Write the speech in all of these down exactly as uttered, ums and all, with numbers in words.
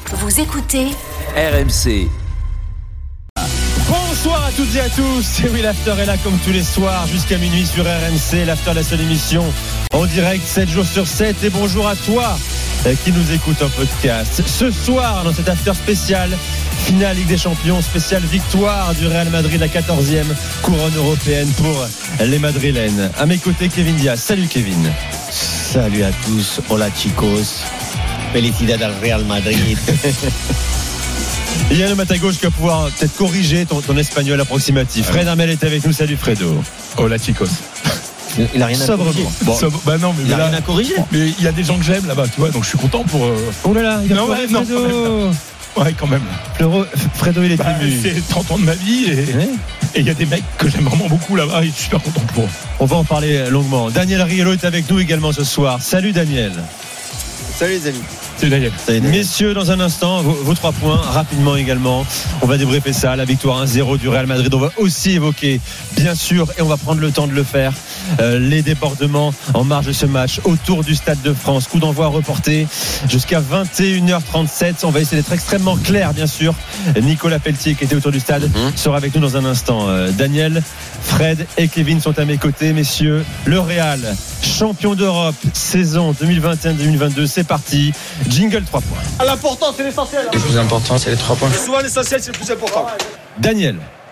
Vous écoutez R M C. Bonsoir à toutes et à tous. Et oui, l'After est là comme tous les soirs jusqu'à minuit sur R M C. L'After, la seule émission en direct sept jours sur sept. Et bonjour à toi qui nous écoute en podcast. Ce soir, dans cet After spécial, finale Ligue des Champions, spéciale victoire du Real Madrid, la quatorzième couronne européenne pour les Madrilènes. À mes côtés, Kevin Diaz. Salut Kevin. Salut à tous. Hola chicos. Felicidades al Real Madrid. Il y a un homme à ta gauche qui va pouvoir peut-être corriger ton, ton espagnol approximatif. Fred Hermel est avec nous. Salut Fredo. Hola chicos. Il a rien à corriger. Bon, Sobre, bah non, mais il a là, rien à corriger. Mais il y a des gens que j'aime là-bas, tu vois, donc je suis content pour. Euh... Oh là là, il a non, pleuré, ouais, non, Fredo. Non, ouais, quand même. Fredo, Fredo il est bah, ému. C'est trente ans de ma vie et ouais. il y a des mecs que j'aime vraiment beaucoup là-bas et je suis super content pour eux. On va en parler longuement. Daniel Riello est avec nous également ce soir. Salut Daniel. Salut les amis. Salut Daniel. Salut Daniel. Messieurs, dans un instant, vos, vos trois points, rapidement également. On va débriefer ça, la victoire un zéro du Real Madrid. On va aussi évoquer, bien sûr, et on va prendre le temps de le faire, euh, les débordements en marge de ce match autour du Stade de France. Coup d'envoi reporté jusqu'à vingt et une heures trente-sept. On va essayer d'être extrêmement clair, bien sûr. Nicolas Pelletier, qui était autour du stade, mmh. sera avec nous dans un instant. Euh, Daniel, Fred et Kevin sont à mes côtés, messieurs. Le Real, champion d'Europe, saison deux mille vingt et un deux mille vingt-deux, c'est parti. Jingle trois points. L'important, c'est l'essentiel. Le plus important, c'est les trois points. Souvent, l'essentiel, c'est le plus important. Daniel.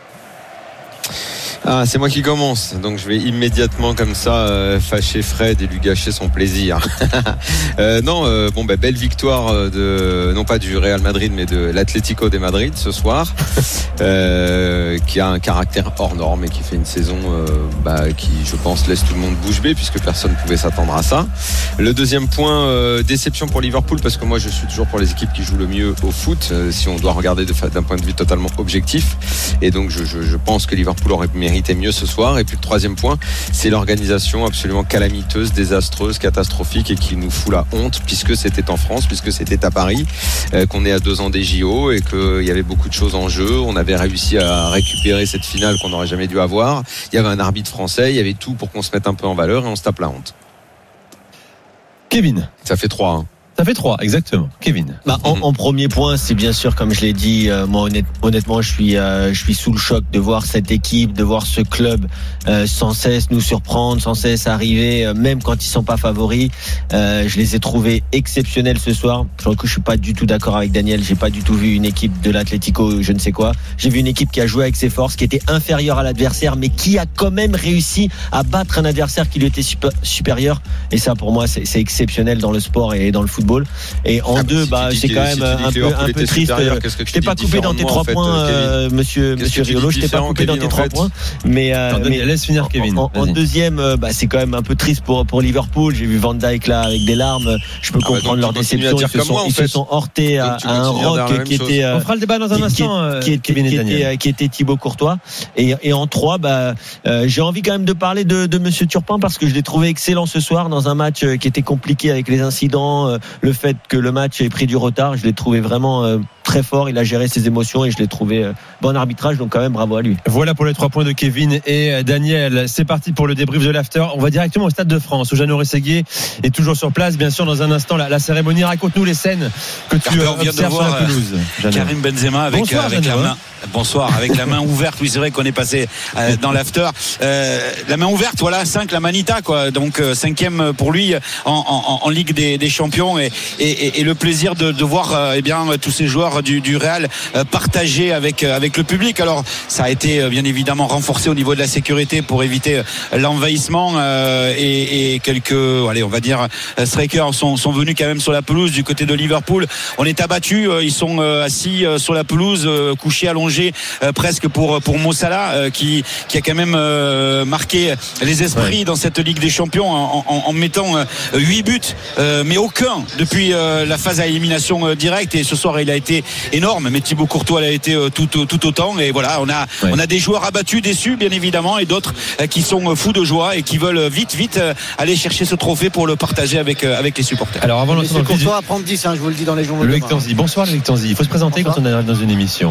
Ah, c'est moi qui commence, donc je vais immédiatement comme ça euh, fâcher Fred et lui gâcher son plaisir. euh, non, euh, bon, bah, belle victoire de, non pas du Real Madrid, mais de l'Atlético de Madrid ce soir, euh, qui a un caractère hors norme et qui fait une saison euh, bah, qui, je pense, laisse tout le monde bouche bée puisque personne ne pouvait s'attendre à ça. Le deuxième point, euh, déception pour Liverpool parce que moi je suis toujours pour les équipes qui jouent le mieux au foot, euh, si on doit regarder de, d'un point de vue totalement objectif. Et donc je, je, je pense que Liverpool aurait mérité mieux ce soir. Et puis le troisième point, c'est l'organisation absolument calamiteuse, désastreuse, catastrophique et qui nous fout la honte puisque c'était en France, puisque c'était à Paris, euh, qu'on est à deux ans des J O et qu'il y avait beaucoup de choses en jeu. On avait réussi à récupérer cette finale qu'on n'aurait jamais dû avoir. Il y avait un arbitre français, il y avait tout pour qu'on se mette un peu en valeur et on se tape la honte. Kevin. Ça fait trois. Hein. Ça fait trois, exactement. Kevin. Bah, en, en premier point, c'est bien sûr, comme je l'ai dit, euh, moi honnête, honnêtement, je suis, euh, je suis sous le choc de voir cette équipe, de voir ce club euh, sans cesse nous surprendre, sans cesse arriver, euh, même quand ils sont pas favoris. Euh, je les ai trouvés exceptionnels ce soir. Je crois que je suis pas du tout d'accord avec Daniel. J'ai pas du tout vu une équipe de l'Atlético, je ne sais quoi. J'ai vu une équipe qui a joué avec ses forces, qui était inférieure à l'adversaire, mais qui a quand même réussi à battre un adversaire qui lui était super, supérieur. Et ça, pour moi, c'est, c'est exceptionnel dans le sport et dans le football. Et en ah deux, si bah, c'est quand même si un peu, un peu triste. Je t'ai pas coupé dans tes trois points, euh, monsieur, monsieur Riolo. Je t'ai pas coupé dans tes trois points. Mais, euh, Attends, mais laisse finir Kevin. En, en deuxième, bah, c'est quand même un peu triste pour, pour Liverpool. J'ai vu Van Dijk là avec des larmes. Je peux ah comprendre bah leur déception. Ils se sont, moi, ils se sont heurtés à, à un rock qui était, on fera le débat dans un instant, qui était, qui était Thibaut Courtois. Et, et en trois, bah, euh, j'ai envie quand même de parler de, de monsieur Turpin parce que je l'ai trouvé excellent ce soir dans un match qui était compliqué avec les incidents, le fait que le match ait pris du retard. Je l'ai trouvé vraiment euh, très fort. Il a géré ses émotions et je l'ai trouvé euh, bon arbitrage. Donc quand même bravo à lui. Voilà pour les trois points de Kevin et Daniel. C'est parti pour le débrief de l'after. On va directement au Stade de France où Jeannot Rességuier est toujours sur place. Bien sûr, dans un instant la, la cérémonie. Raconte-nous les scènes que tu euh, observes sur la pelouse. Jeannot. Karim Benzema avec, Bonsoir, euh, avec Jeannot, la main. Bonsoir, avec la main ouverte. Oui, c'est vrai qu'on est passé euh, dans l'after. Euh, la main ouverte, voilà, cinq, la manita, quoi. Donc euh, cinquième pour lui en, en, en Ligue des, des Champions et, et, et le plaisir de, de voir euh, eh bien tous ces joueurs du, du Real euh, partager avec avec le public. Alors ça a été euh, bien évidemment renforcé au niveau de la sécurité pour éviter euh, l'envahissement euh, et, et quelques, allez, on va dire, euh, strikers sont, sont venus quand même sur la pelouse du côté de Liverpool. On est abattus, euh, ils sont euh, assis euh, sur la pelouse, euh, couchés, allongés. Euh, presque pour pour Mo Salah euh, qui qui a quand même euh, marqué les esprits ouais. dans cette Ligue des Champions en, en, en mettant euh, huit buts euh, mais aucun depuis euh, la phase à élimination euh, directe et ce soir il a été énorme mais Thibaut Courtois a été euh, tout tout autant et voilà on a ouais. on a des joueurs abattus, déçus bien évidemment et d'autres euh, qui sont fous de joie et qui veulent vite vite euh, aller chercher ce trophée pour le partager avec euh, avec les supporters. Alors avant Monsieur Courtois à prendre dix hein, je vous le dis dans les journaux. Loïc Tanzi. Bonsoir Loïc Tanzi. Il faut se présenter Bonsoir. Quand on arrive dans une émission.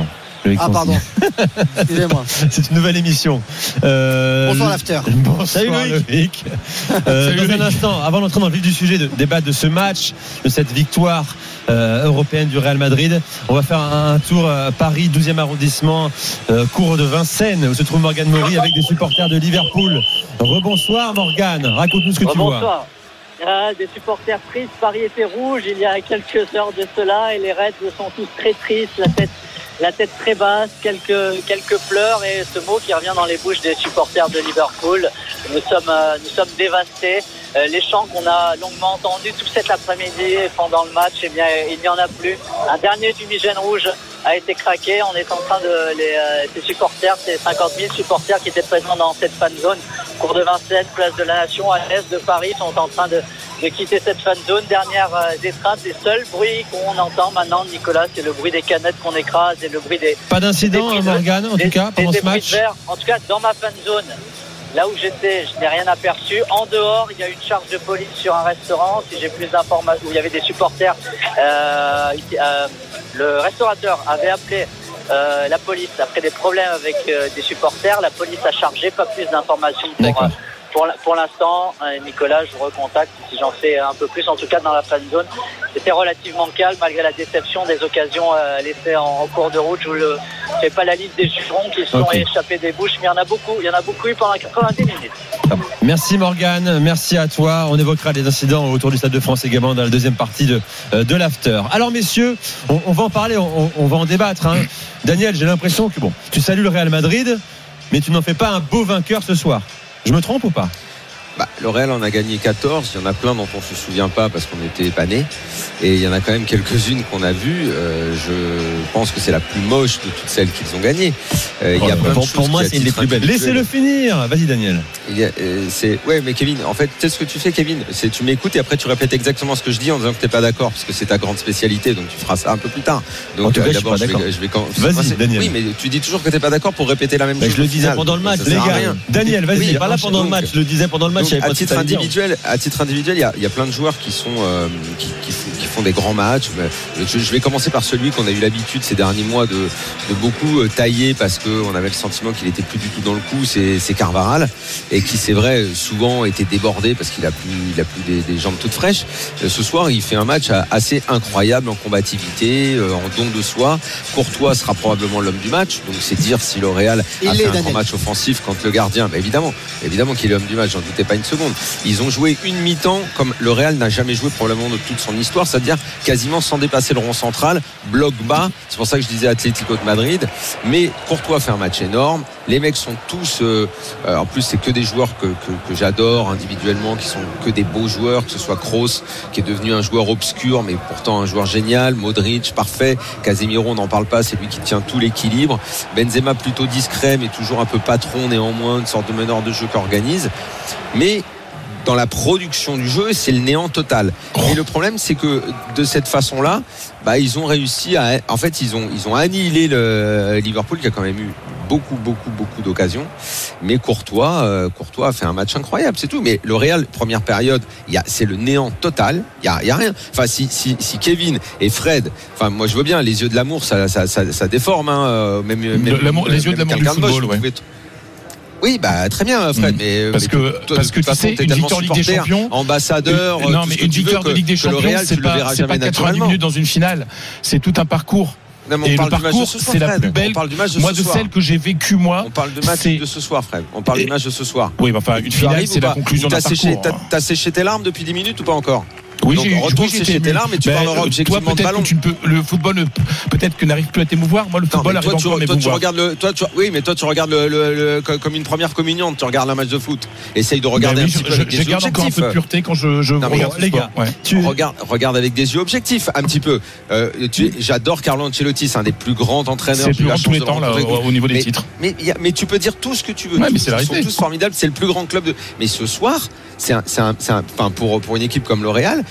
Loïc Ah, Fonsi. pardon. Excusez-moi. C'est une nouvelle émission. Euh, Bonsoir, l'after. Bonsoir, Salut, Loïc. Loïc. Euh, Salut, dans Loïc. un instant, avant d'entrer dans le vif du sujet, de débattre de ce match, de cette victoire euh, européenne du Real Madrid, on va faire un, un tour à Paris, douzième arrondissement, euh, cours de Vincennes, où se trouve Morgane Maury avec des supporters de Liverpool. Rebonsoir Morgane, raconte-nous ce que tu vois. Bonsoir. Euh, des supporters tristes, Paris était rouge il y a quelques heures de cela et les Reds sont tous très tristes, la tête, la tête très basse, quelques, quelques pleurs et ce mot qui revient dans les bouches des supporters de Liverpool. Nous sommes, euh, nous sommes dévastés. Euh, les chants qu'on a longuement entendus tout cet après-midi pendant le match, eh bien, il n'y en a plus. Un dernier fumigène rouge a été craqué. On est en train de, les, euh, ces supporters, ces cinquante mille supporters qui étaient présents dans cette fan zone, cours de Vincennes, place de la Nation, à l'est de Paris, sont en train de, de quitter cette fan zone. Dernière euh, étreinte, les seuls bruits qu'on entend maintenant, Nicolas, c'est le bruit des canettes qu'on écrase et le bruit des... Pas d'incident, des- hein, Morgane, en des- tout cas, pendant des ce bruits match. de verre. En tout cas, dans ma fan zone, là où j'étais, je n'ai rien aperçu. En dehors, il y a une charge de police sur un restaurant. Si j'ai plus d'informations, où il y avait des supporters, euh, euh, le restaurateur avait appelé euh, la police après des problèmes avec euh, des supporters. La police a chargé, pas plus d'informations pour, D'accord. euh, pour, pour l'instant. Euh, Nicolas, je vous recontacte si j'en sais un peu plus. En tout cas, dans la fan zone, c'était relativement calme malgré la déception des occasions euh, laissées en, en cours de route. Je ne fais pas la liste des jurons qui se sont Ok. échappés des bouches, mais il y en a beaucoup. Il y en a beaucoup eu pendant quatre-vingt-dix minutes. Merci Morgane, merci à toi. On évoquera les incidents autour du Stade de France également dans la deuxième partie de, euh, de l'after. Alors messieurs, on, on va en parler, on, on va en débattre. Hein. Daniel, j'ai l'impression que bon, tu salues le Real Madrid, mais tu n'en fais pas un beau vainqueur ce soir. Je me trompe ou pas ? Bah, le Real en a gagné quatorze. Il y en a plein dont on se souvient pas parce qu'on était pas nés. Et il y en a quand même quelques-unes qu'on a vues. Euh, je pense que c'est la plus moche de toutes celles qu'ils ont gagnées. Euh, il y a plein de pour- choses pour moi, qui, à c'est une des titre plus belles. individuel, Laissez-le finir. Vas-y Daniel. Il y a, euh, c'est ouais, mais Kevin, en fait, tu sais ce que tu fais, Kevin, c'est tu m'écoutes et après tu répètes exactement ce que je dis en disant que t'es pas d'accord parce que c'est ta grande spécialité, donc tu feras ça un peu plus tard. Donc En tout cas, euh, je suis d'abord, pas je d'accord. vais, je vais quand... Vas-y, Moi, c'est- Daniel. Oui, mais tu dis toujours que t'es pas d'accord pour répéter la même Mais chose. je le au disais final. pendant le match, Ça Les sert à gars, rien. Daniel, vas-y. Oui, Pas là pendant le donc- match, je le disais pendant le match. Donc, je savais à pas ce que titre t'allais dire. individuel, à titre individuel, il y a, il y a plein de joueurs qui sont euh, qui, qui, font, qui font des grands matchs. Je, je vais commencer par celui qu'on a eu l'habitude ces derniers mois de, de beaucoup euh, tailler parce qu'on avait le sentiment qu'il était plus du tout dans le coup. C'est, c'est Carvajal et qui, c'est vrai, souvent était débordé parce qu'il a plus, il a plus des, des jambes toutes fraîches. Euh, Ce soir, il fait un match assez incroyable en combativité, euh, en don de soi. Courtois sera probablement l'homme du match. Donc c'est dire si le Real Il a l'est, fait un Daniel. grand match offensif quand le gardien, bah évidemment, évidemment qu'il est l'homme du match, j'en doutais pas une seconde. Ils ont joué une mi-temps comme le Real n'a jamais joué probablement de toute son histoire, c'est-à-dire quasiment sans dépasser le rond central, bloc bas. C'est pour ça que je disais Atlético de Madrid. Mais Courtois fait un match énorme. Les mecs sont tous, euh, euh, en plus c'est que des joueurs que, que, que j'adore individuellement, qui sont que des beaux joueurs, que ce soit Kroos qui est devenu un joueur obscur mais pourtant un joueur génial, Modric parfait, Casemiro on n'en parle pas, c'est lui qui tient tout l'équilibre, Benzema plutôt discret mais toujours un peu patron néanmoins, une sorte de meneur de jeu qu'organise, mais dans la production du jeu, c'est le néant total. Et le problème, c'est que de cette façon-là, bah, ils ont réussi à, en fait, ils ont, ils ont annihilé le Liverpool qui a quand même eu beaucoup, beaucoup, beaucoup d'occasions. Mais Courtois, euh, Courtois a fait un match incroyable, c'est tout. Mais le Real, première période, il y a, c'est le néant total. Il y a, il y a rien. Enfin, si, si, si Kevin et Fred, enfin, moi, je veux bien, les yeux de l'amour, ça, ça, ça, ça déforme, hein, même, même L'amour- les yeux de même l'amour du quelqu'un de moche, football, vous ouais. pouvez t- Oui, bah très bien, Fred. Mmh. Mais Parce mais que- toi, parce de que toute tu façon, sais, t'es une tellement victoire Ligue des supporter, Champions, ambassadeur. Une- non, tout mais ce que une tu veux, victoire de que- Ligue des que le Champions, Real, c'est tu le pas, verras c'est jamais pas quatre-vingt-dix naturellement. minutes dans une finale. C'est tout un parcours. Non, mais on Et parle le du match de parcours, ce soir, c'est la Fred. plus belle. On parle du match de Moi, ce de soir. celle que j'ai vécue, moi. On parle du match c'est- de ce soir, Fred. On parle Et- du match de ce soir. Oui, bah, enfin, une Tu finale, arrives c'est ou la pas conclusion T'as d'un séché, parcours. t'as, t'as séché tes larmes depuis dix minutes ou pas encore? Oui, Donc, j'ai, retourne oui, j'ai sécher été tes ému. larmes et tu Ben, parleras toi, objectivement de peut-être ballon. que tu ne peux, le football, ne- peut-être que n'arrive plus à t'émouvoir. Moi, le Non, football mais arrive toi, tu, encore à toi, tu m'émouvoir. regardes le, toi, tu, oui, mais toi, tu regardes le, le, le- co- comme une première communion. Tu regardes un match de foot. Essaye de regarder Ben oui, un petit je, peu avec je, des je yeux garde encore un peu de objectifs. pureté quand je, je Non, mais regarde les ce gars, sport. Ouais. Tu... Regarde, regarde avec des yeux objectifs un petit peu. Euh, tu, j'adore Carlo Ancelotti, c'est un des plus grands entraîneurs. C'est J'ai plus eu la grand de tous les chance de temps, là, rencontrer. au, au niveau des mais, titres. Mais, y a- mais tu peux dire tout ce que tu veux. Ouais, mais Tous- c'est la ils sont réalité. tous formidables. C'est le plus grand club de. Mais ce soir, c'est un, c'est un, c'est un, enfin pour pour une équipe comme le Real,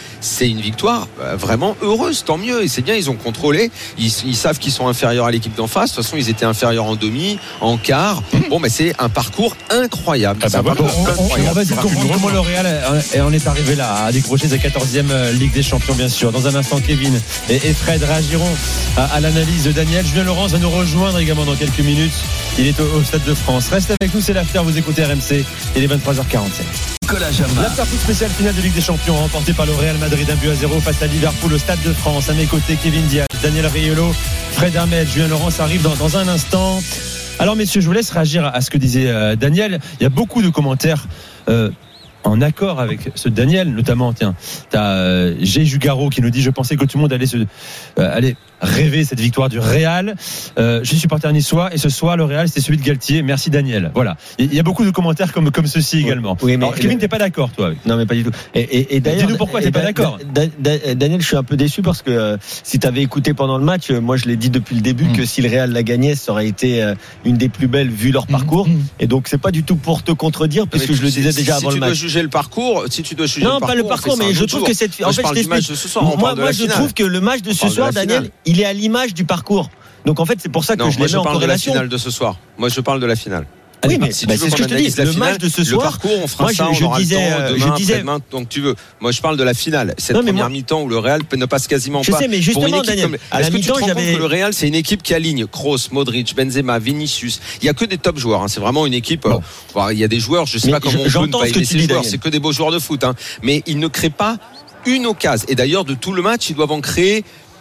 c'est une victoire euh, vraiment heureuse, tant mieux. Et c'est bien, ils ont contrôlé. Ils, ils savent qu'ils sont inférieurs à l'équipe d'en face. De toute façon, ils étaient inférieurs en demi, en quart. Bon, mais c'est un parcours incroyable. Ah bah voilà, on, on, on va dire comment le Real et on est arrivé là à décrocher sa quatorzième Ligue des Champions, bien sûr. Dans un instant, Kevin et, et Fred réagiront à, à l'analyse de Daniel. Julien Laurence va nous rejoindre également dans quelques minutes. Il est au, au Stade de France. Reste avec nous, c'est l'after. Vous écoutez R M C. Il est vingt-trois heures quarante-sept. L'after foot spécial finale de Ligue des Champions remportée par le Real Madrid, un but à zéro face à Liverpool au Stade de France. À mes côtés, Kevin Diaz, Daniel Riolo, Fred Hermel, Julien Laurence arrive dans, dans un instant. Alors messieurs, je vous laisse réagir à ce que disait euh, Daniel. Il y a beaucoup de commentaires euh, en accord avec ce Daniel, notamment, tiens, t'as euh, G. Jugaro qui nous dit: je pensais que tout le monde allait se euh, allait rêver cette victoire du Real. Euh, je suis supporter niçois et ce soir le Real c'était celui de Galtier. Merci Daniel. Voilà. Il y a beaucoup de commentaires comme comme ceci également. Oui, mais alors, Kevin, t'es pas d'accord toi avec... Non, mais pas du tout. Et, et, et d'ailleurs, dis-nous pourquoi t'es pas d'accord. Da, da, da, Daniel, je suis un peu déçu parce que euh, si t'avais écouté pendant le match, euh, moi je l'ai dit depuis le début mmh. que si le Real l'a gagné, ça aurait été euh, une des plus belles vu leur parcours. Mmh. Et donc c'est pas du tout pour te contredire, puisque mais je le disais si, déjà si avant le match. Si tu dois juger le parcours, si tu dois juger non, le parcours, pas le parcours, mais je trouve jour. que cette. Moi, en je fait, parle je du match de ce soir. Moi, moi, je trouve que le match de ce soir, Daniel, il est à l'image du parcours. Donc en fait, c'est pour ça que non, je moi les mets en corrélation. Je parle de la finale de ce soir. Moi, je parle de la finale. Oui, mais si bah, c'est ce que je te dis. Le match de ce soir, le parcours, on fera moi, ça, je, je on aura disais, le temps, demain, je disais, après-demain, donc tu veux. Moi, je parle de la finale. Cette non, première moi, mi-temps où le Real ne passe quasiment je pas. Je sais, mais justement, Daniel, comme... à la mi-temps, mi-temps, tu te rends j'avais. compte que le Real, c'est une équipe qui aligne Kroos, Modric, Benzema, Vinicius. Il y a que des top joueurs. Hein. C'est vraiment une équipe. Bon. Euh, il y a des joueurs. Je sais mais pas comment je, on peut ne pas aimer ces joueurs. C'est que des beaux joueurs de foot. Hein. Mais ils ne créent pas une occasion. Et d'ailleurs, de tout le match, ils doivent en créer.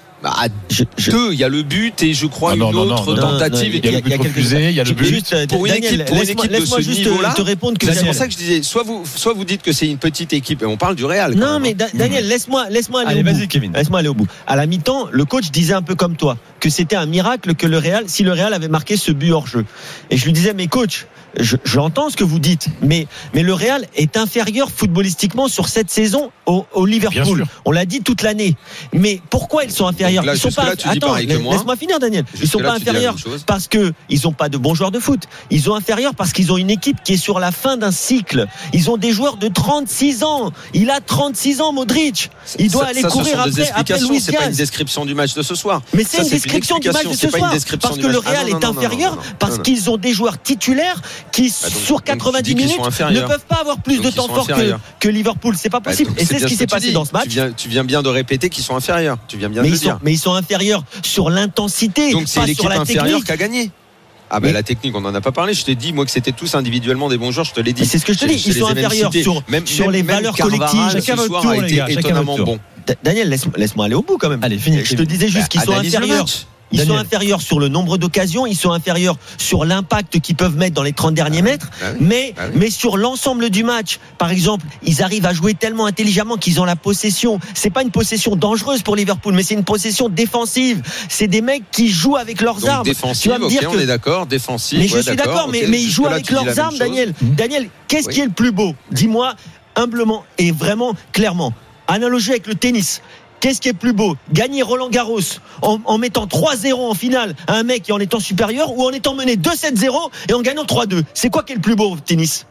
À je, je... deux, il y a le but et je crois ah non, une non, autre non, tentative. Il y a le but refusé, il y a le but. Juste, pour une Daniel, équipe, pour une équipe de ce niveau-là, te répondre que c'est pour ça que je disais, soit vous, soit vous dites que c'est une petite équipe et on parle du Real. Non, mais da- Daniel, laisse-moi, laisse-moi aller Allez, au vas-y, bout. Kevin. Laisse-moi aller au bout. À la mi-temps, le coach disait un peu comme toi que c'était un miracle que le Real, si le Real avait marqué ce but hors jeu. Et je lui disais, mais coach, je, j'entends ce que vous dites, mais, mais le Real est inférieur footballistiquement sur cette saison au, au Liverpool. On l'a dit toute l'année. Mais pourquoi ils sont inférieurs? Là, Ils sont pas. Là, Attends, laisse-moi finir, Daniel. Ils sont pas inférieurs parce que ils ont pas de bons joueurs de foot. Ils sont inférieurs parce qu'ils ont une équipe qui est sur la fin d'un cycle. Ils ont des joueurs de trente-six ans. Il a trente-six ans, Modric. Il doit ça, aller ça, courir après, après Luis C'est Diaz. pas une description du match de ce soir. Mais c'est ça, une c'est description une du match de ce soir parce que le Real est inférieur parce qu'ils ont des joueurs titulaires qui bah donc, sur quatre-vingt-dix minutes ne peuvent pas avoir plus donc de temps fort que, que Liverpool. C'est pas possible. Bah et c'est ce qui s'est passé dans ce match. Tu viens, tu viens bien de répéter qu'ils sont inférieurs. Tu viens bien de le dire. Mais ils sont inférieurs sur l'intensité. Donc c'est pas l'équipe sur la inférieure technique. qui a gagné. Ah ben mais la technique, on n'en a pas parlé. Je t'ai dit moi que c'était tous individuellement des bons joueurs. Je te l'ai dit. Mais c'est ce que je te dis. Ils sont inférieurs sur même, sur même, les même valeurs Carvajal, collectives. Ce soir a été étonnamment bon. Daniel, laisse, laisse-moi aller au bout quand même. Allez, finis. Je te disais juste qu'ils sont inférieurs. Ils Daniel. sont inférieurs sur le nombre d'occasions, ils sont inférieurs sur l'impact qu'ils peuvent mettre dans les trente derniers ah, mètres, ah oui, mais, ah oui. mais sur l'ensemble du match, par exemple, ils arrivent à jouer tellement intelligemment qu'ils ont la possession. C'est pas une possession dangereuse pour Liverpool, mais c'est une possession défensive. C'est des mecs qui jouent avec leurs Donc, armes. Défensive, tu vas me dire okay, que... on est d'accord, défensive. Mais je ouais, suis d'accord, d'accord mais, okay, mais ils jouent avec leurs armes, Daniel. Mmh. Daniel, qu'est-ce oui. qui est le plus beau? Dis-moi humblement et vraiment clairement. Analogie avec le tennis. Qu'est-ce qui est plus beau? Gagner Roland Garros en, en mettant trois zéro en finale à un mec et en étant supérieur, ou en étant mené deux sept zéro et en gagnant trois deux? C'est quoi qui est le plus beau au tennis?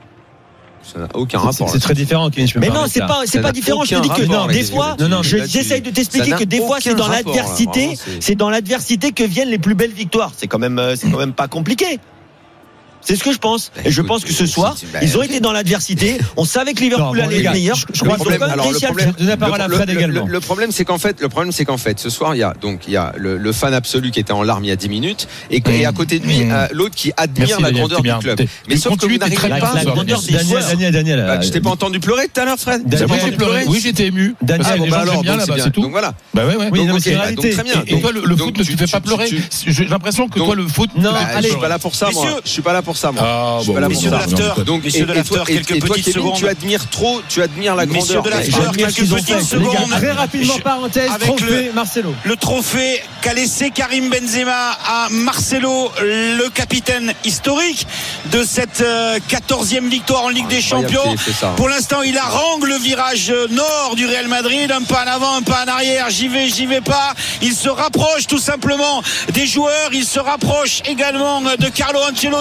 Ça n'a aucun rapport. C'est, c'est très différent, Kevin. Mais non, c'est pas, c'est pas différent. Je te dis que non, des fois, non, non, je, j'essaye de t'expliquer que des fois, c'est dans rapport, l'adversité, là, c'est... c'est dans l'adversité que viennent les plus belles victoires. C'est quand même, c'est quand même pas compliqué. C'est ce que je pense. Et je pense que ce soir, ils ont été dans l'adversité. On savait que Liverpool allait être meilleur. Je crois que alors le problème, le, le, le problème, c'est qu'en fait, le problème, c'est qu'en fait, ce soir, il y a donc il y a le, le fan absolu qui était en larmes il y a dix minutes, et, mmh. et à côté de lui, mmh. euh, l'autre qui admire Merci, la grandeur Daniel, du club. T'es, mais sauf que vous n'arrivez pas. La, la grandeur des Daniel, Daniel, Daniel. Bah, je t'ai pas entendu pleurer tout à l'heure, Fred. J'ai pas entendu pleurer. Oui, j'étais ému. Daniel, les gens bien là-bas, c'est tout. Donc voilà. Bah ouais, ouais. Oui, c'est la réalité. Très bien. Et toi, le foot ne te fait pas pleurer. J'ai l'impression que toi, le foot. Non, allez, je suis pas là pour ça, moi. Je suis pas là pour ça, moi. Messieurs de l'after, donc messieurs de l'after, quelques petites secondes. Tu admires trop, tu admires la grandeur. Messieurs de l'after, quelques petites secondes. Très rapidement, parenthèse, trophée Marcelo. Le trophée qu'a laissé Karim Benzema à Marcelo, le capitaine historique de cette quatorzième victoire en Ligue des Champions. Pour l'instant, il harangue le virage nord du Real Madrid, un pas en avant, un pas en arrière. J'y vais, j'y vais pas. Il se rapproche tout simplement des joueurs. Il se rapproche également de Carlo Ancelotti.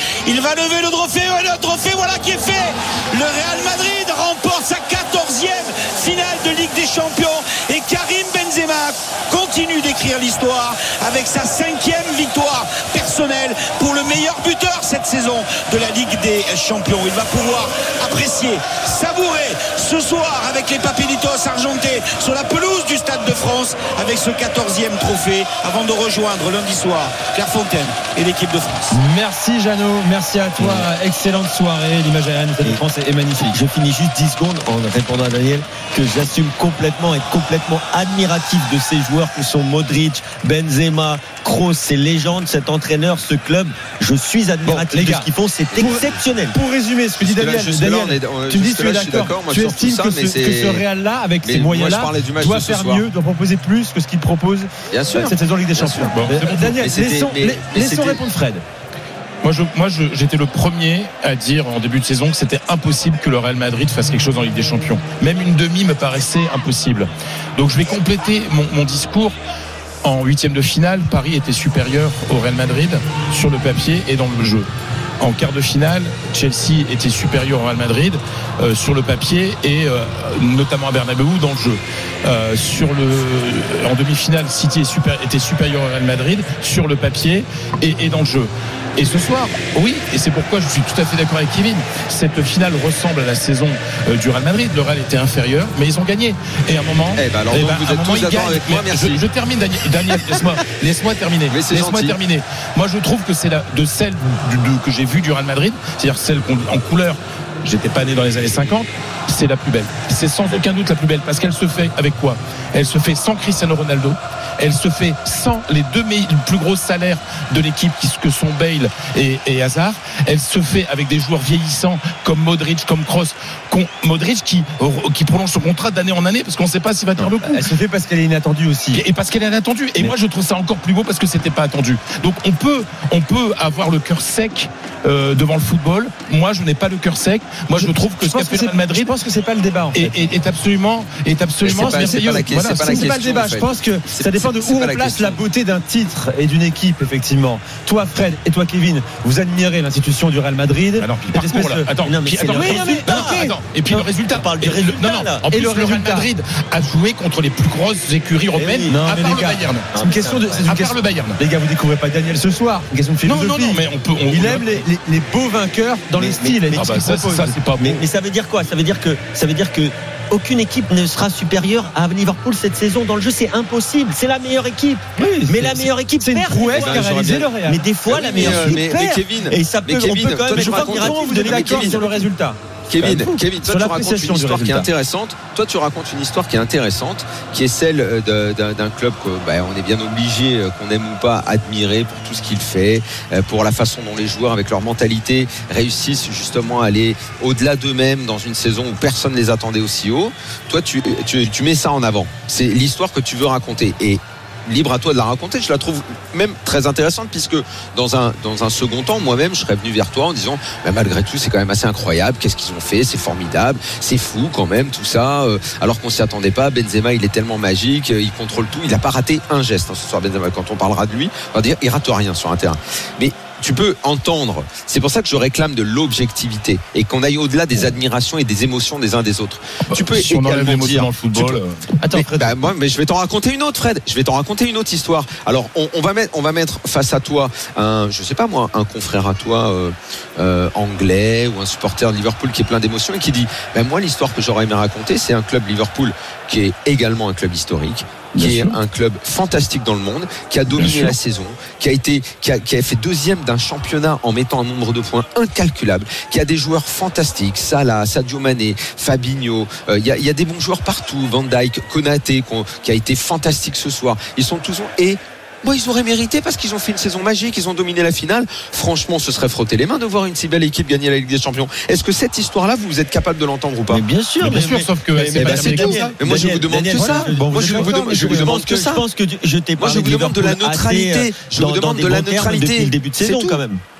Il va lever le trophée, et le trophée voilà qui est fait. Le Real Madrid remporte sa quatorzième finale de Ligue des Champions et Karim Benzema continue d'écrire l'histoire avec sa cinquième victoire personnelle pour le meilleur buteur cette saison de la Ligue des Champions. Il va pouvoir apprécier, savourer ce soir avec les Papelitos argentés sur la pelouse du Stade de France avec ce quatorzième trophée avant de rejoindre lundi soir Clairefontaine et l'équipe de France. Merci Jeannot, merci à toi, mmh. excellente soirée, l'image aérienne de France est magnifique. Je finis juste dix secondes en répondant à Daniel que j'assume complètement et complètement admiratif de ces joueurs que sont Modric, Benzema, Kroos, ces légendes, cet entraîneur, ce club. Je suis admiratif bon, de gars, ce qu'ils font, c'est pour, exceptionnel. Pour résumer ce que dit Daniel, Daniel là, est, on, tu me dis tu es d'accord, moi, tu estimes que, ce, que ce Real-là, avec mais ces moyens-là, doit faire mieux, doit proposer plus que ce qu'il propose Bien sûr. cette saison Ligue des Champions. Bon, euh, Daniel, laissons, mais, mais laissons répondre Fred. Moi, je, moi je, j'étais le premier à dire en début de saison que c'était impossible que le Real Madrid fasse quelque chose en Ligue des Champions. Même une demi me paraissait impossible. Donc je vais compléter mon, mon discours. En huitième de finale, Paris était supérieur au Real Madrid sur le papier et dans le jeu. En quart de finale, Chelsea était supérieur au Real Madrid euh, sur le papier et euh, notamment à Bernabéu dans le jeu. Euh, sur le, en demi-finale, City est super, était supérieur au Real Madrid sur le papier et, et dans le jeu. Et ce soir, oui, et c'est pourquoi je suis tout à fait d'accord avec Kevin, cette finale ressemble à la saison euh, du Real Madrid. Le Real était inférieur, mais ils ont gagné. Et à un moment, eh ben alors eh donc ben, vous êtes tous d'accord avec moi, merci. Je, je termine, Daniel, Daniel laisse-moi, laisse-moi terminer. Laisse-moi gentil. terminer. Moi, je trouve que c'est la, de celle de, de, que j'ai vue du Real Madrid, c'est-à-dire celle en couleur. J'étais pas né dans les années cinquante, c'est la plus belle. C'est sans aucun doute la plus belle parce qu'elle se fait avec quoi ? Elle se fait sans Cristiano Ronaldo. Elle se fait sans les deux plus gros salaires de l'équipe que sont Bale et, et Hazard. Elle se fait avec des joueurs vieillissants comme Modric, comme Kroos. Modric qui, qui prolonge son contrat d'année en année parce qu'on ne sait pas s'il va tenir le coup. Elle se fait parce qu'elle est inattendue aussi. Et parce qu'elle est inattendue. Et Mais... moi je trouve ça encore plus beau parce que c'était pas attendu. Donc on peut, on peut avoir le cœur sec euh, devant le football. Moi je n'ai pas le cœur sec. Moi je, je trouve que je ce qu'a fait le Real Madrid, je pense que c'est pas le débat en fait. est, est, est absolument, est absolument c'est pas, c'est pas, la, voilà, c'est pas, c'est pas le débat. En fait. Je pense que c'est, ça dépend de où on place question. la beauté d'un titre et d'une équipe effectivement. Toi Fred et toi Kevin, vous admirez l'institution du Real Madrid. Alors puis le parcours là. Attends, non, mais puis, attends, oui, mais, non, okay. attends. Et puis non, le résultat. Parle du résultat. Non, non. En plus, le Real Madrid a joué contre les plus grosses écuries européennes, oui, non, à part le Bayern. C'est une question de. À part le Bayern. Les gars, vous découvrez pas Daniel ce soir. Une question de philosophie. Non, non, non, mais on peut. Il aime les beaux vainqueurs dans les styles. Ah bah ça, ça c'est pas. Mais ça veut dire quoi ? Ça veut dire que ça veut dire que aucune équipe ne sera supérieure à Liverpool cette saison dans le jeu, c'est impossible. C'est la meilleure équipe. Oui, mais la meilleure équipe c'est perd. une prouesse qu'a réalisé le Real. Mais des fois mais la meilleure mais, équipe mais, perd. Mais Kevin, et ça peut, mais Kevin, on peut quand même. Je raconte, vous êtes d'accord sur le résultat. Kevin, Kevin, toi tu racontes une histoire qui est intéressante. Toi tu racontes une histoire qui est intéressante, qui est celle de, d'un, d'un club que bah, on est bien obligé, qu'on aime ou pas, admirer pour tout ce qu'il fait, pour la façon dont les joueurs avec leur mentalité réussissent justement à aller au-delà d'eux-mêmes dans une saison où personne ne les attendait aussi haut. Toi tu, tu, tu mets ça en avant. C'est l'histoire que tu veux raconter et libre à toi de la raconter. Je la trouve même très intéressante puisque dans un, dans un second temps, moi-même, je serais venu vers toi en disant bah, malgré tout, c'est quand même assez incroyable. Qu'est-ce qu'ils ont fait ? C'est formidable. C'est fou quand même, tout ça. Euh, alors qu'on s'y attendait pas. Benzema, il est tellement magique. Il contrôle tout. Il n'a pas raté un geste hein, ce soir, Benzema. Quand on parlera de lui, on va dire il rate rien sur un terrain. Mais tu peux entendre, c'est pour ça que je réclame de l'objectivité et qu'on aille au-delà des admirations et des émotions des uns des autres. Bah, tu peux si également dire dans le football. Peux, euh... Attends, mais, bah, moi, mais je vais t'en raconter une autre, Fred. Je vais t'en raconter une autre histoire. Alors, on, on va mettre, on va mettre face à toi un, je sais pas moi, un confrère à toi euh, euh, anglais ou un supporter de Liverpool qui est plein d'émotions et qui dit, bah, moi, l'histoire que j'aurais aimé raconter, c'est un club Liverpool qui est également un club historique. Qui Bien est sûr. un club fantastique dans le monde, qui a dominé la saison, qui a été, qui a, qui a fait deuxième d'un championnat en mettant un nombre de points incalculable, qui a des joueurs fantastiques, Salah, Sadio Mané, Fabinho, il euh, y, a, y a des bons joueurs partout, Van Dijk, Konaté, qui a été fantastique ce soir. Ils sont tous et bon, ils auraient mérité parce qu'ils ont fait une saison magique, ils ont dominé la finale. Franchement, ce serait frotter les mains de voir une si belle équipe gagner la Ligue des Champions. Est-ce que cette histoire-là, vous êtes capable de l'entendre ou pas ? Mais bien sûr, mais bien sûr, mais, sauf que mais, c'est, mais bah, c'est tout. Mais moi, je vous demande que ça. Moi, je vous demande, je vous demande que ça. Je pense que je t'ai pas. Moi, je vous demande de la neutralité. Je vous demande de la neutralité. Depuis le début de saison, quand même.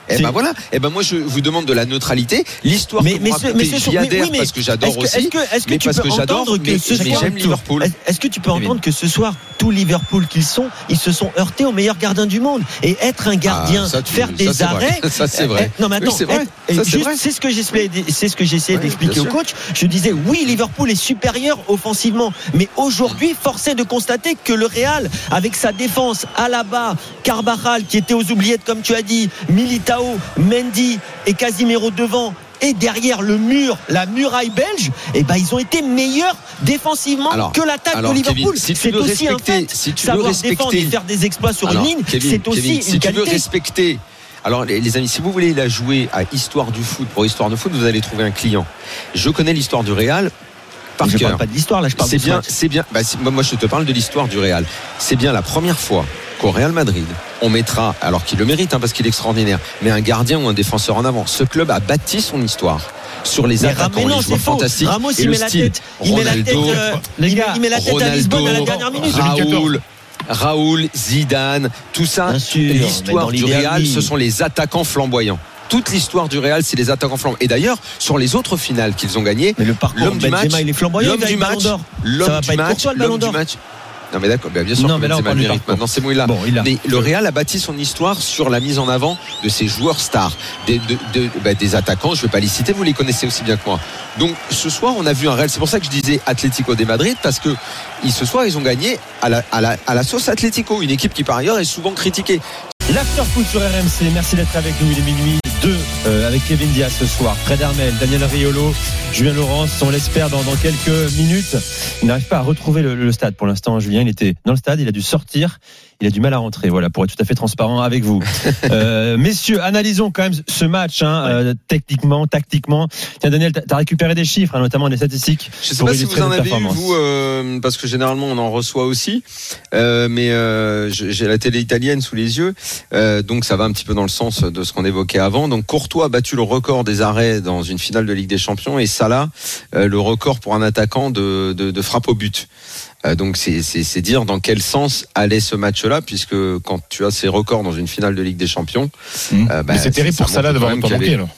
Eh ben voilà. Eh ben moi je vous demande de la neutralité. L'histoire mais, que vous mais racontez, mais j'y adhère oui, parce que j'adore est-ce que, aussi. Est-ce que, est-ce que mais tu parce peux que j'adore, entendre que mais, ce mais soir, j'aime Liverpool. Est-ce que tu peux entendre que ce soir, tout Liverpool qu'ils sont, ils se sont heurtés au meilleur gardien du monde et être un gardien, ah, ça, tu, faire ça, des c'est arrêts. Vrai. Ça c'est vrai. Eh, non mais attends, oui, c'est, vrai. Eh, ça, c'est, juste, vrai. c'est ce que j'essayais, c'est ce que j'essayais oui, d'expliquer au coach. Je disais oui, Liverpool est supérieur offensivement, mais aujourd'hui, force est de constater que le Real, avec sa défense, Alaba, Carvajal qui était aux oubliettes comme tu as dit, Militao, Mendy et Casemiro devant. Et derrière le mur, la muraille belge, eh ben ils ont été meilleurs défensivement alors, que l'attaque alors, de Liverpool. Kevin, si c'est aussi un fait. Si tu savoir veux respecter, défendre et faire des exploits sur alors, une ligne, Kevin, c'est aussi Kevin, une si qualité. Tu veux respecter. Alors les, les amis, si vous voulez la jouer à Histoire du foot pour Histoire de foot, vous allez trouver un client. Je connais l'histoire du Real. Par je cœur. parle pas de l'histoire là, je parle c'est de bien, match. c'est bien. Bah, c'est, moi, je te parle de l'histoire du Real. C'est bien la première fois qu'au Real Madrid, on mettra, alors qu'il le mérite, hein, parce qu'il est extraordinaire, mais un gardien ou un défenseur en avant. Ce club a bâti son histoire sur les mais attaquants, non, les joueurs fantastiques. Ramos, et il le met la style. tête, il met la tête, euh, les gars, il met la tête Ronaldo, à Lisbonne à la dernière minute. Raoul. Raoul, Zidane, tout ça, sûr, l'histoire du Real, ce sont les attaquants flamboyants. Toute l'histoire du Real, c'est les attaquants flamboyants. Et d'ailleurs, sur les autres finales qu'ils ont gagnées, mais le parcours l'homme du match, il est flamboyant, l'homme du match, l'homme du match, l'homme du match. Non mais d'accord, bien sûr. Non mais là on parle du parcours. Maintenant c'est bon, il a. Bon, il a. Mais le Real a bâti son histoire sur la mise en avant de ses joueurs stars, des, de, de, bah, des attaquants. Je vais pas les citer, vous les connaissez aussi bien que moi. Donc ce soir on a vu un Real. C'est pour ça que je disais Atlético de Madrid parce que ils, ce soir ils ont gagné à la, à la, à la sauce Atlético, une équipe qui par ailleurs est souvent critiquée. L'Afterfoot sur R M C, merci d'être avec nous, il est minuit deux euh, avec Kevin Diaz ce soir, Fred Hermel, Daniel Riolo, Julien Laurence, on l'espère dans, dans quelques minutes. Il n'arrive pas à retrouver le, le stade pour l'instant, Julien, il était dans le stade, il a dû sortir, il a du mal à rentrer, voilà, pour être tout à fait transparent avec vous. euh, messieurs, analysons quand même ce match, hein, ouais. euh, techniquement, tactiquement. Tiens Daniel, tu as récupéré des chiffres, hein, notamment des statistiques. Je ne sais pas si vous en avez eu, vous, euh, parce que généralement on en reçoit aussi, euh, mais euh, j'ai la télé italienne sous les yeux. Euh, donc ça va un petit peu dans le sens de ce qu'on évoquait avant. Donc Courtois a battu le record des arrêts dans une finale de Ligue des Champions et Salah euh, le record pour un attaquant de, de, de frappe au but. Euh, donc c'est, c'est, c'est dire dans quel sens allait ce match-là, puisque quand tu as ces records dans une finale de Ligue des Champions, mmh. euh, bah, mais c'est terrible pour Salah d'avoir autant manqué alors.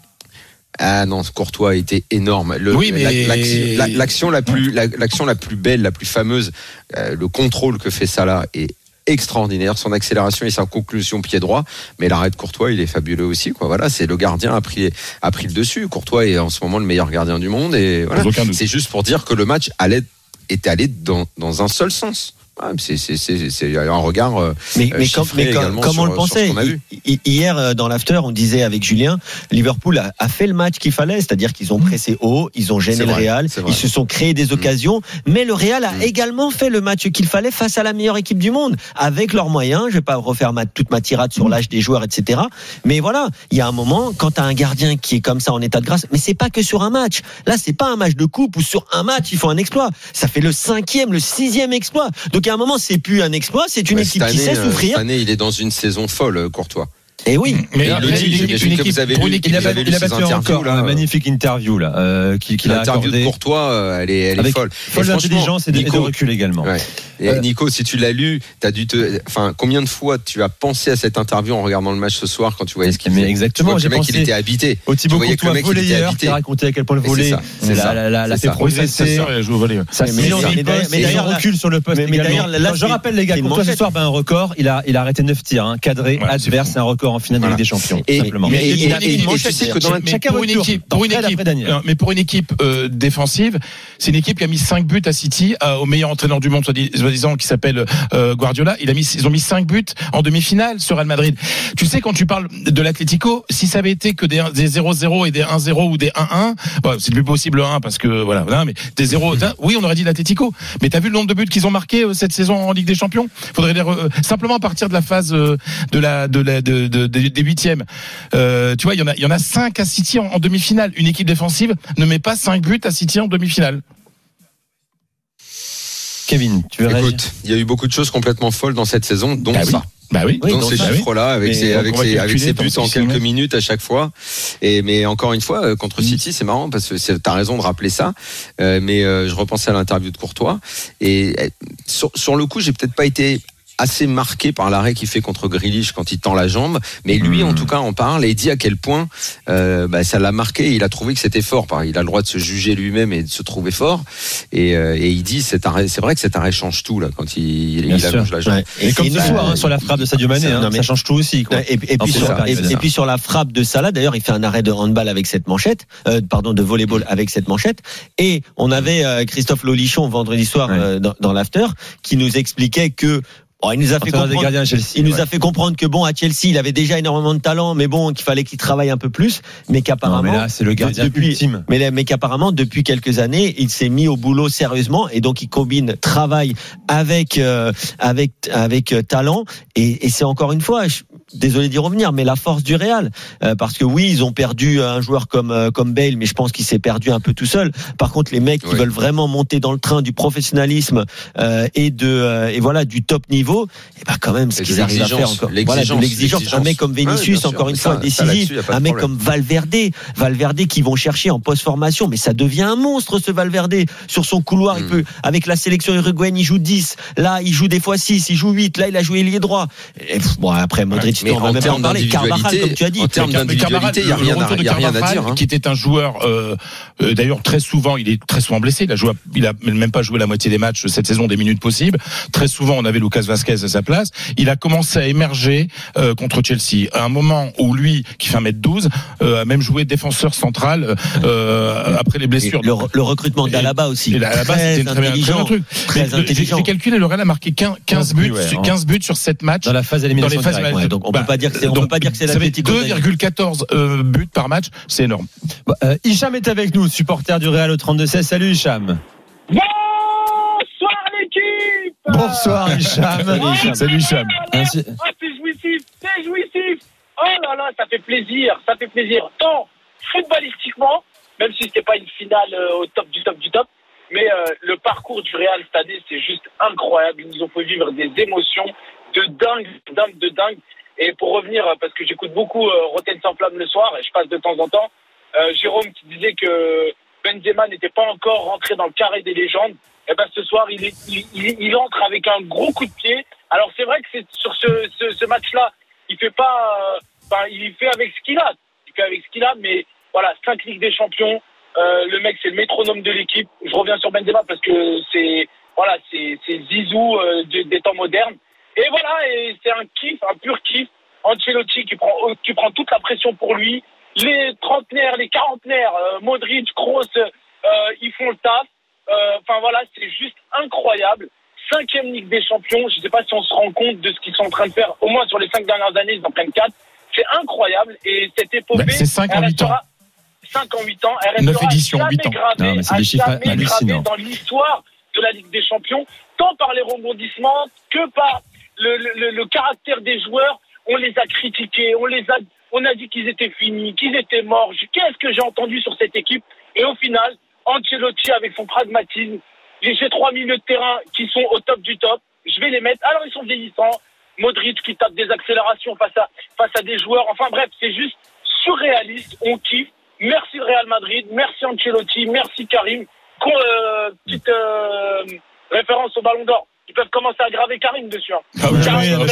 Ah non, Courtois a été énorme. Le, oui, mais l'action, la, l'action la plus, la, l'action la plus belle, la plus fameuse, euh, le contrôle que fait Salah est extraordinaire, son accélération et sa conclusion pied droit, mais l'arrêt de Courtois il est fabuleux aussi, quoi. Voilà, c'est le gardien a pris a pris le dessus. Courtois est en ce moment le meilleur gardien du monde et voilà. C'est juste pour dire que le match allait était allé dans dans un seul sens. Ah, c'est, c'est, c'est, c'est un regard euh, mais, mais comme, mais comme, comme on le pensait hier dans l'after on disait avec Julien, Liverpool a, a fait le match qu'il fallait, c'est-à-dire qu'ils ont pressé haut, ils ont gêné c'est le vrai, Real, ils se sont créés des occasions, mmh. mais le Real a mmh. également fait le match qu'il fallait face à la meilleure équipe du monde avec leurs moyens. Je vais pas refaire ma, toute ma tirade sur l'âge des joueurs, etc, mais voilà, il y a un moment quand tu as un gardien qui est comme ça en état de grâce, mais c'est pas que sur un match, là c'est pas un match de coupe où sur un match il faut un exploit, ça fait le cinquième, le sixième exploit, donc à un moment c'est plus un exploit, c'est une ouais, équipe année, qui sait souffrir. Cette année il est dans une saison folle, Courtois. Et oui, mais il le dit, j'imagine que vous avez lu, il a battu, il a battu encore là, une magnifique interview là, euh, qu'il, qu'il a accordé. L'interview de Courtois, elle est, elle est folle. Folle d'intelligence et de, Nico, et de recul également. Ouais. Et euh, Nico, si tu l'as lu, t'as dû te, enfin, combien de fois tu as pensé à cette interview en regardant le match ce soir quand tu voyais ce qu'il faisait? Mais exactement, j'ai pensé. Le mec, il était habité. Au Thibaut Courtois volleyeur, qui a raconté à quel point le volley, l'a fait progresser. Ça mais d'ailleurs, recul sur le poste. Mais d'ailleurs, je rappelle les gars, Courtois ce soir bat un record. Il a, il a arrêté neuf tirs, cadré, adverse, un record en finale de Ligue des Champions. Et, simplement. Mais, et, et, et, et tu sais que dans la, chacun pour une équipe, pour une équipe, non, mais pour une équipe euh, défensive, c'est une équipe qui a mis cinq buts à City, euh, au meilleur entraîneur du monde, soi-disant, qui s'appelle euh, Guardiola. Il a mis, ils ont mis cinq buts en demi-finale sur Real Madrid. Tu sais, quand tu parles de l'Atlético, si ça avait été que des, des zéro zéro et des un zéro ou des un un, bon, c'est plus possible un parce que voilà, voilà mais des zéro, oui, on aurait dit l'Atlético. Mais t'as vu le nombre de buts qu'ils ont marqués euh, cette saison en Ligue des Champions? Faudrait les re, euh, simplement à partir de la phase euh, de la de la de, de, de des huitièmes. Euh, tu vois, il y en a, il y en a cinq à City en, en demi-finale. Une équipe défensive ne met pas cinq buts à City en demi-finale. Kevin, tu veux réagir? Écoute, il y a eu beaucoup de choses complètement folles dans cette saison, dont bah ça. Oui. Bah oui, donc ces chiffres-là, avec ces, avec ces, avec ces buts en quelques même. minutes à chaque fois. Et mais encore une fois, contre City, c'est marrant parce que c'est, t'as raison de rappeler ça. Euh, mais euh, je repensais à l'interview de Courtois et sur, sur le coup, j'ai peut-être pas été assez marqué par l'arrêt qu'il fait contre Grealish quand il tend la jambe. Mais lui, mmh. en tout cas, en parle et dit à quel point euh, bah, ça l'a marqué. Il a trouvé que c'était fort. Il a le droit de se juger lui-même et de se trouver fort. Et, euh, et il dit, cet arrêt, c'est vrai que cet arrêt change tout là quand il, il allonge la jambe. Ouais. Et, et comme ce soir, hein, sur la frappe de Sadio Mané, hein, ça change tout aussi. Quoi. Et, et, puis sur, et, et puis sur la frappe de Salah, d'ailleurs, il fait un arrêt de handball avec cette manchette, euh, pardon, de volleyball avec cette manchette. Et on avait euh, Christophe Lolichon vendredi soir ouais. euh, dans, dans l'after qui nous expliquait que oh, il nous a fait comprendre, à Chelsea, il nous ouais. a fait comprendre que bon à Chelsea il avait déjà énormément de talent, mais bon qu'il fallait qu'il travaille un peu plus, mais qu'apparemment non, mais là, c'est le gardien depuis, ultime. Mais, mais qu'apparemment depuis quelques années il s'est mis au boulot sérieusement et donc il combine travail avec euh, avec avec euh, talent et, et c'est encore une fois. Je, Désolé d'y revenir, mais la force du Real, euh, parce que oui, ils ont perdu un joueur comme euh, comme Bale, mais je pense qu'il s'est perdu un peu tout seul. Par contre, les mecs qui oui. veulent vraiment monter dans le train du professionnalisme euh, et de euh, et voilà du top niveau, et ben quand même ce qu'ils arrivent à faire encore, voilà, de l'exigence. Un mec comme Vinicius, ouais, encore une fois, ça, décisif. Ça un mec comme Valverde, Valverde qui vont chercher en post-formation, mais ça devient un monstre ce Valverde sur son couloir. Mm. Il peut avec la sélection uruguayenne, il joue dix. Là, il joue des fois six, il joue huit. Là, il a joué ailier droit. Et, bon, après Modric. Mais on va même en parler. Carvajal, comme tu as dit. En termes d'individualité, il n'y a rien à, y a rien à dire. Hein. Qui était un joueur, euh, euh, d'ailleurs très souvent, il est très souvent blessé. Il a joué, il a même pas joué la moitié des matchs cette saison, des minutes possibles. Très souvent, on avait Lucas Vazquez à sa place. Il a commencé à émerger euh, contre Chelsea. À un moment où lui, qui fait un mètre douze, euh, a même joué défenseur central euh, après les blessures. Le, le recrutement d'Alaba aussi. Et Alaba, c'était une très bien, très bien truc. Très intelligent. J'ai calculé, le Real a marqué quinze buts, quinze buts sur sept matchs dans la phase éliminatoire. Ouais, donc on peut pas dire que c'est, on peut pas dire que c'est l'Atlético. deux virgule quatorze euh, buts par match, c'est énorme. Bah, euh, Hicham est avec nous, supporter du Real au trente-deux seize. Salut Hicham. Bonsoir l'équipe. Bonsoir Hicham. Ouais, Salut Hicham. Ah, c'est jouissif, c'est jouissif. Oh là là, ça fait plaisir, ça fait plaisir. Tant footballistiquement, même si c'était pas une finale euh, au top du top du top, mais euh, le parcours du Real cette année, c'est juste incroyable. Ils nous ont fait vivre des émotions de dingue, de dingue, de dingue. Et pour revenir, parce que j'écoute beaucoup euh, Rotten sans flamme le soir, et je passe de temps en temps, euh, Jérôme qui disait que Benzema n'était pas encore rentré dans le carré des légendes, et ben ce soir, il, est, il, il, il entre avec un gros coup de pied. Alors c'est vrai que c'est sur ce, ce, ce match-là, il fait pas, enfin, euh, il fait avec ce qu'il a, il fait avec ce qu'il a, mais voilà, cinq Ligues des Champions, euh, le mec c'est le métronome de l'équipe. Je reviens sur Benzema parce que c'est, voilà, c'est, c'est Zizou euh, de, des temps modernes. Et voilà, et c'est un kiff, un pur kiff. Ancelotti qui prend, qui prend toute la pression pour lui. Les trentenaires, les quarantenaires, euh, Modric, Kroos, euh, ils font le taf. Enfin euh, voilà, c'est juste incroyable. Cinquième Ligue des Champions. Je ne sais pas si on se rend compte de ce qu'ils sont en train de faire. Au moins sur les cinq dernières années, ils en prennent quatre. C'est incroyable. Et cette épopée, bah, c'est cinq en huit ans. cinq en huit ans. Elle restera éditions, jamais huit ans. gravée, non, mais c'est des chiffres jamais gravée dans l'histoire de la Ligue des Champions, tant par les rebondissements que par le, le, le caractère des joueurs. On les a critiqués, on les a, on a dit qu'ils étaient finis, qu'ils étaient morts. Qu'est-ce que j'ai entendu sur cette équipe? Et au final, Ancelotti avec son pragmatisme, j'ai trois milieux de terrain qui sont au top du top. Je vais les mettre. Alors ils sont vieillissants. Modric qui tape des accélérations face à face à des joueurs. Enfin bref, c'est juste surréaliste. On kiffe. Merci Real Madrid, merci Ancelotti, merci Karim. Euh, petite euh, référence au Ballon d'Or. Ils peuvent commencer à graver Karim dessus. Hein. Ah oui, Karim, oui,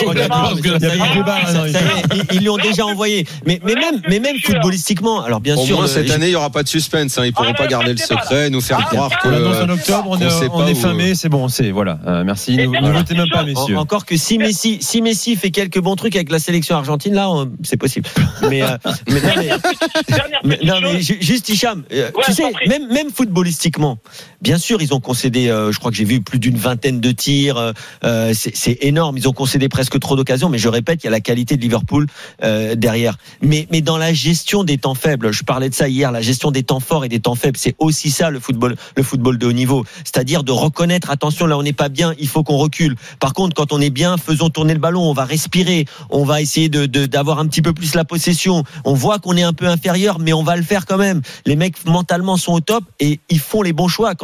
oui, ils lui ont déjà envoyé. Mais, mais même, mais même footballistiquement. Alors bien Au sûr. Au moins cette année, il n'y aura pas de suspense. Hein. Ils ne pourront ah, pas garder le secret, nous faire ah, croire que. Euh, en octobre, on, est, on est fin mai, c'est bon, c'est voilà. Euh, merci. Ne, ne votez même pas, messieurs. En, encore que si Messi, si Messi fait quelques bons trucs avec la sélection argentine, là, on, c'est possible. Mais, euh, mais, non, mais, mais, non, mais juste Hicham, euh, ouais, tu sais, même, même footballistiquement, bien sûr, ils ont concédé. Euh, je crois que j'ai vu plus d'une vingtaine de tirs. Euh, c'est, c'est énorme. Ils ont concédé presque trop d'occasions, mais je répète, il y a la qualité de Liverpool euh, derrière. Mais, mais dans la gestion des temps faibles, je parlais de ça hier, la gestion des temps forts et des temps faibles, c'est aussi ça le football, le football de haut niveau. C'est-à-dire de reconnaître, attention, là on n'est pas bien, il faut qu'on recule. Par contre, quand on est bien, faisons tourner le ballon, on va respirer, on va essayer de, de d'avoir un petit peu plus la possession. On voit qu'on est un peu inférieur, mais on va le faire quand même. Les mecs mentalement sont au top et ils font les bons choix. Quand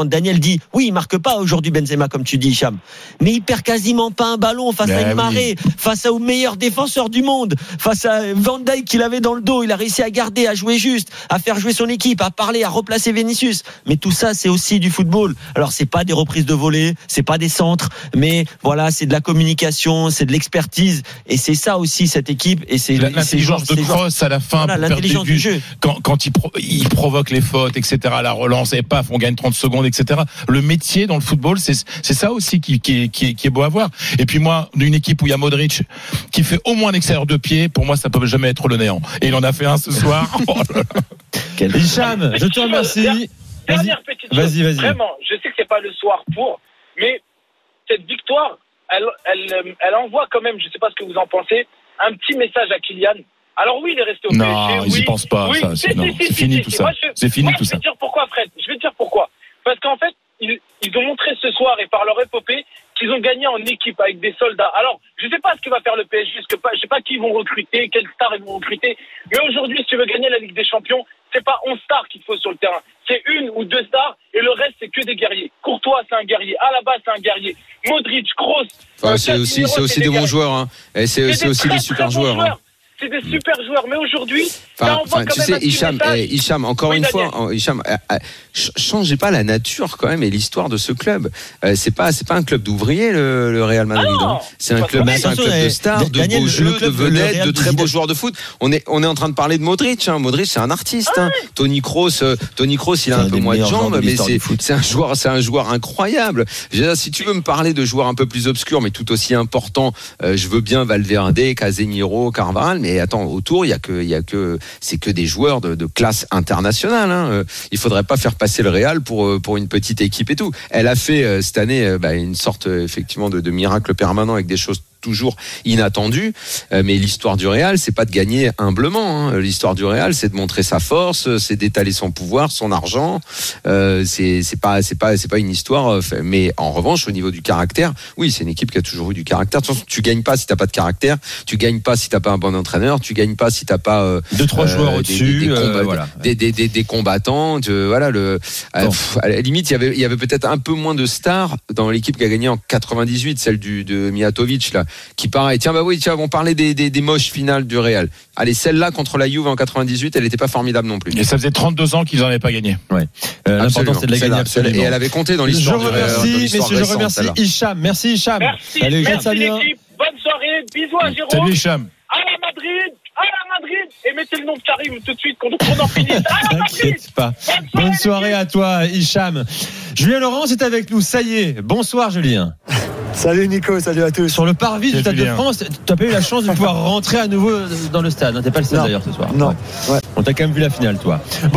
quand Daniel dit oui, il marque pas aujourd'hui Benzema comme tu dis, Hicham, mais il perd quasiment pas un ballon face Ben à une oui. marée, face aux meilleurs défenseurs du monde, face à Van Dijk qu'il avait dans le dos, il a réussi à garder, à jouer juste, à faire jouer son équipe, à parler, à replacer Vinicius. Mais tout ça, c'est aussi du football. Alors c'est pas des reprises de volée, c'est pas des centres, mais voilà, c'est de la communication, c'est de l'expertise, et c'est ça aussi cette équipe. Et c'est l'intelligence de Kroos à la fin, voilà, pour faire des l'intelligence du buts, jeu. quand, quand il, pro, il provoque les fautes, et cetera, la relance, et paf, on gagne trente secondes, et cetera. Le métier dans le football, c'est, c'est ça aussi qui, qui, est, qui, est, qui est beau à voir. Et puis moi, d'une équipe où il y a Modric, qui fait au moins un extérieur de pied, pour moi, ça peut jamais être le néant. Et il en a fait un ce soir. Oh là là. Hicham, je te remercie. Dernière petite chose. Vas-y, vas-y. Vraiment, je sais que c'est pas le soir pour, mais cette victoire, elle, elle, elle envoie quand même, je sais pas ce que vous en pensez, un petit message à Kylian. Alors oui, il est resté au Non, P S G. ils y Oui, pensent pas, oui, ça, c'est- si, non, si, c'est si, fini si, tout si. ça. Moi, je- C'est fini moi, tout je ça. vais te dire pourquoi, Fred. Je vais te dire pourquoi. Parce qu'en fait, ils, ils ont montré ce soir et par leur épopée qu'ils ont gagné en équipe avec des soldats. Alors, je sais pas ce que va faire le P S G, je sais pas, je sais pas qui ils vont recruter, quelles stars ils vont recruter. Mais aujourd'hui, si tu veux gagner la Ligue des Champions, c'est pas onze stars qu'il faut sur le terrain. C'est une ou deux stars et le reste, c'est que des guerriers. Courtois, c'est un guerrier. Alaba, c'est un guerrier. Modric, Kroos. Enfin, c'est aussi, c'est aussi des bons joueurs. Hein. Et c'est, c'est aussi des super joueurs. Hein. C'est des super joueurs, mais aujourd'hui, ça Enfin, envoie enfin, quand tu même sais, un petit Hicham, message. eh, Hicham, encore Oui, une Daniel. fois, oh, Hicham, euh, euh, ch- changez pas la nature quand même et l'histoire de ce club. Euh, c'est pas, c'est pas un club d'ouvriers le, le Real Madrid. Ah non, hein. C'est un pas club, vrai. c'est un Attention, club de eh, stars, de Daniel, beaux le jeux, de club, le vedettes, Real de de très beaux Zidane. joueurs de foot. On est, on est en train de parler de Modric. Hein. Modric, c'est un artiste. Hein. Tony Kroos, euh, Tony Kroos, il a C'est un un peu des moins de meilleurs joueurs jambes, de mais l'histoire c'est, du foot. c'est un joueur, c'est un joueur incroyable. Je veux dire, si tu veux me parler de joueurs un peu plus obscurs, mais tout aussi importants, euh, je veux bien Valverde, Casemiro, Carvajal, mais attends, autour, il y a que, il y a que, c'est que des joueurs de, de classe internationale. Hein. Euh, il faudrait pas faire passer le Real pour euh, pour une petite équipe et tout. Elle a fait euh, cette année euh, bah, une sorte euh, effectivement de, de miracle permanent avec des choses toujours inattendu, euh, mais l'histoire du Real, c'est pas de gagner humblement. Hein. L'histoire du Real, c'est de montrer sa force, c'est d'étaler son pouvoir, son argent. Euh, c'est c'est pas c'est pas c'est pas une histoire. Euh, fait, mais en revanche, au niveau du caractère, oui, c'est une équipe qui a toujours eu du caractère. De toute façon, tu gagnes pas si t'as pas de caractère, tu gagnes pas si t'as pas un bon entraîneur, tu gagnes pas si t'as pas euh, Deux, trois joueurs des- au-dessus. des, des, euh, combat- voilà. des, des, des, des combattants. De, voilà le. euh, Bon. pff, à la limite, il y avait il y avait peut-être un peu moins de stars dans l'équipe qui a gagné en quatre-vingt-dix-huit, celle du de Mijatovic là, qui pareil. Tiens bah oui, tiens, on parlait des, des, des moches finales du Real. Allez, celle-là contre la Juve en quatre-vingt-dix-huit, elle n'était pas formidable non plus. Et ça faisait trente-deux ans qu'ils n'en avaient pas gagné. Ouais. Euh, l'important, Absolument. c'est de la gagner Celle-là, absolument. Et elle avait compté dans Je l'histoire du Real. dans remercie, l'histoire messieurs, je récente, remercie celle-là. Hicham. Merci Hicham. Merci, Salut, merci salut, hein. l'équipe. Bonne soirée, bisous à Jérôme. Salut Hicham. À la Madrid, à la Madrid. Et mettez le nom de Karim tout de suite qu'on qu'on en finisse. À la Madrid. T'inquiète pas. Bonne soirée à toi, Hicham. Julien Laurent est avec nous. Ça y est. Bonsoir, Julien. Salut Nico, salut à tous. Sur le parvis du Salut, Stade de Julien. France, tu n'as pas eu la chance de pouvoir rentrer à nouveau dans le stade. Hein. T'es pas le stade Non. d'ailleurs ce soir. Non. Ouais. Ouais. On t'a quand même vu la finale, toi.